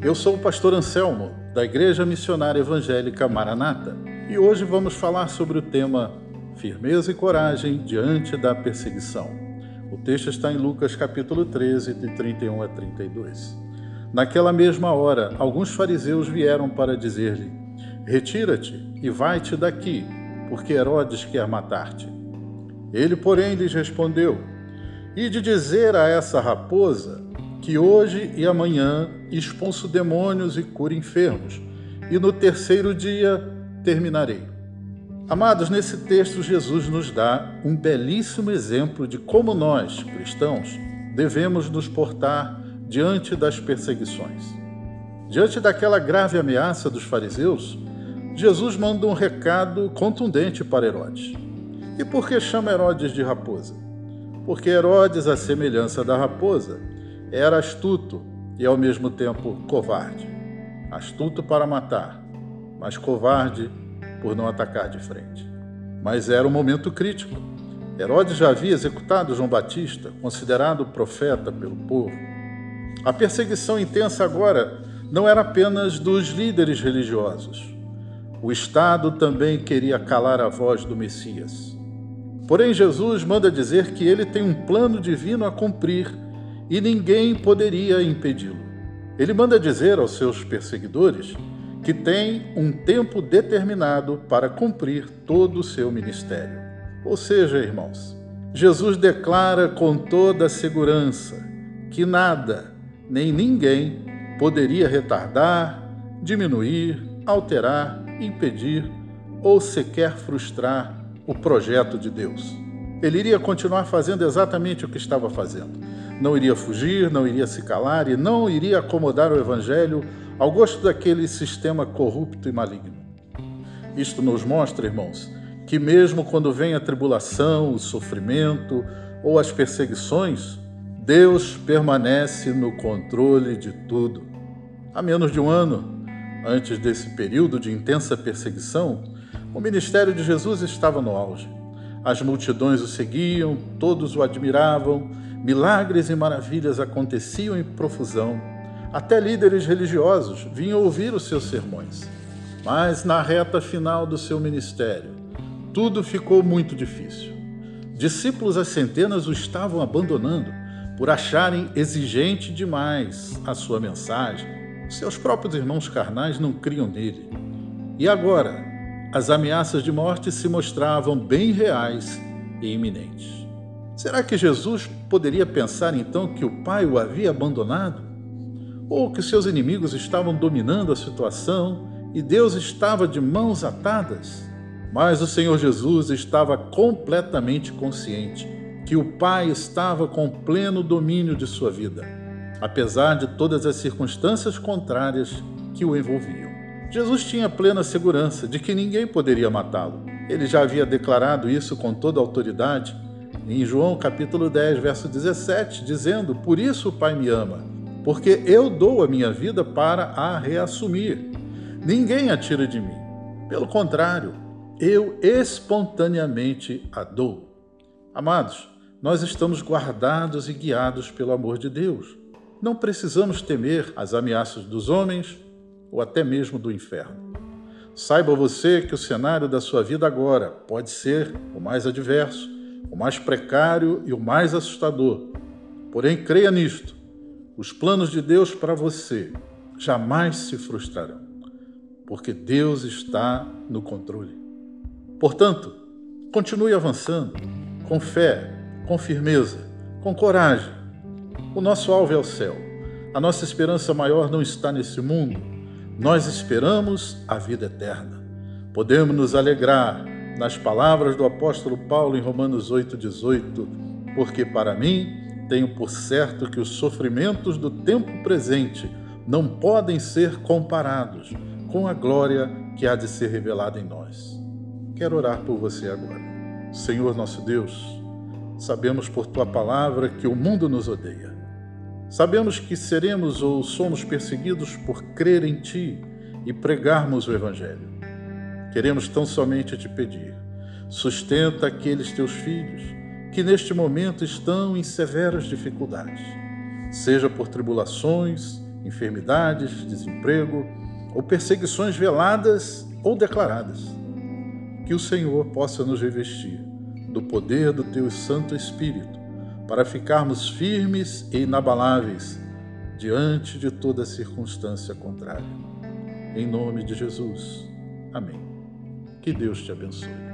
Eu sou o pastor Anselmo, da Igreja Missionária Evangélica Maranata, e hoje vamos falar sobre o tema Firmeza e Coragem diante da perseguição. O texto está em Lucas capítulo 13, de 31 a 32. Naquela mesma hora, alguns fariseus vieram para dizer-lhe: Retira-te e vai-te daqui, porque Herodes quer matar-te. Ele, porém, lhes respondeu: Ide dizer a essa raposa que hoje e amanhã expulso demônios e curo enfermos, e no terceiro dia terminarei. Amados, nesse texto Jesus nos dá um belíssimo exemplo de como nós, cristãos, devemos nos portar diante das perseguições. Diante daquela grave ameaça dos fariseus, Jesus manda um recado contundente para Herodes. E por que chama Herodes de raposa? Porque Herodes, à semelhança da raposa, era astuto e ao mesmo tempo covarde. Astuto para matar, mas covarde por não atacar de frente. Mas era um momento crítico. Herodes já havia executado João Batista, considerado profeta pelo povo. A perseguição intensa agora não era apenas dos líderes religiosos. O Estado também queria calar a voz do Messias. Porém, Jesus manda dizer que ele tem um plano divino a cumprir e ninguém poderia impedi-lo. Ele manda dizer aos seus perseguidores que tem um tempo determinado para cumprir todo o seu ministério. Ou seja, irmãos, Jesus declara com toda a segurança que nada, nem ninguém, poderia retardar, diminuir, alterar, impedir ou sequer frustrar o projeto de Deus. Ele iria continuar fazendo exatamente o que estava fazendo. Não iria fugir, não iria se calar e não iria acomodar o Evangelho ao gosto daquele sistema corrupto e maligno. Isto nos mostra, irmãos, que mesmo quando vem a tribulação, o sofrimento ou as perseguições, Deus permanece no controle de tudo. Há menos de um ano, antes desse período de intensa perseguição, o ministério de Jesus estava no auge. As multidões o seguiam, todos o admiravam, milagres e maravilhas aconteciam em profusão. Até líderes religiosos vinham ouvir os seus sermões. Mas na reta final do seu ministério, tudo ficou muito difícil. Discípulos às centenas o estavam abandonando por acharem exigente demais a sua mensagem. Seus próprios irmãos carnais não criam nele. E agora, as ameaças de morte se mostravam bem reais e iminentes. Será que Jesus poderia pensar então que o Pai o havia abandonado? Ou que seus inimigos estavam dominando a situação e Deus estava de mãos atadas? Mas o Senhor Jesus estava completamente consciente que o Pai estava com pleno domínio de sua vida, apesar de todas as circunstâncias contrárias que o envolviam. Jesus tinha plena segurança de que ninguém poderia matá-lo. Ele já havia declarado isso com toda a autoridade em João capítulo 10, verso 17, dizendo: Por isso o Pai me ama, porque eu dou a minha vida para a reassumir. Ninguém a tira de mim. Pelo contrário, eu espontaneamente a dou. Amados, nós estamos guardados e guiados pelo amor de Deus. Não precisamos temer as ameaças dos homens ou até mesmo do inferno. Saiba você que o cenário da sua vida agora pode ser o mais adverso, o mais precário e o mais assustador. Porém, creia nisto: os planos de Deus para você jamais se frustrarão, porque Deus está no controle. Portanto, continue avançando, com fé, com firmeza, com coragem. O nosso alvo é o céu. A nossa esperança maior não está nesse mundo. Nós esperamos a vida eterna. Podemos nos alegrar nas palavras do apóstolo Paulo em Romanos 8,18, porque para mim tenho por certo que os sofrimentos do tempo presente não podem ser comparados com a glória que há de ser revelada em nós. Quero orar por você agora. Senhor nosso Deus, sabemos por Tua palavra que o mundo nos odeia. Sabemos que seremos ou somos perseguidos por crer em Ti e pregarmos o Evangelho. Queremos tão somente Te pedir: sustenta aqueles Teus filhos que neste momento estão em severas dificuldades, seja por tribulações, enfermidades, desemprego ou perseguições veladas ou declaradas. Que o Senhor possa nos revestir do poder do Teu Santo Espírito para ficarmos firmes e inabaláveis diante de toda circunstância contrária. Em nome de Jesus. Amém. Que Deus te abençoe.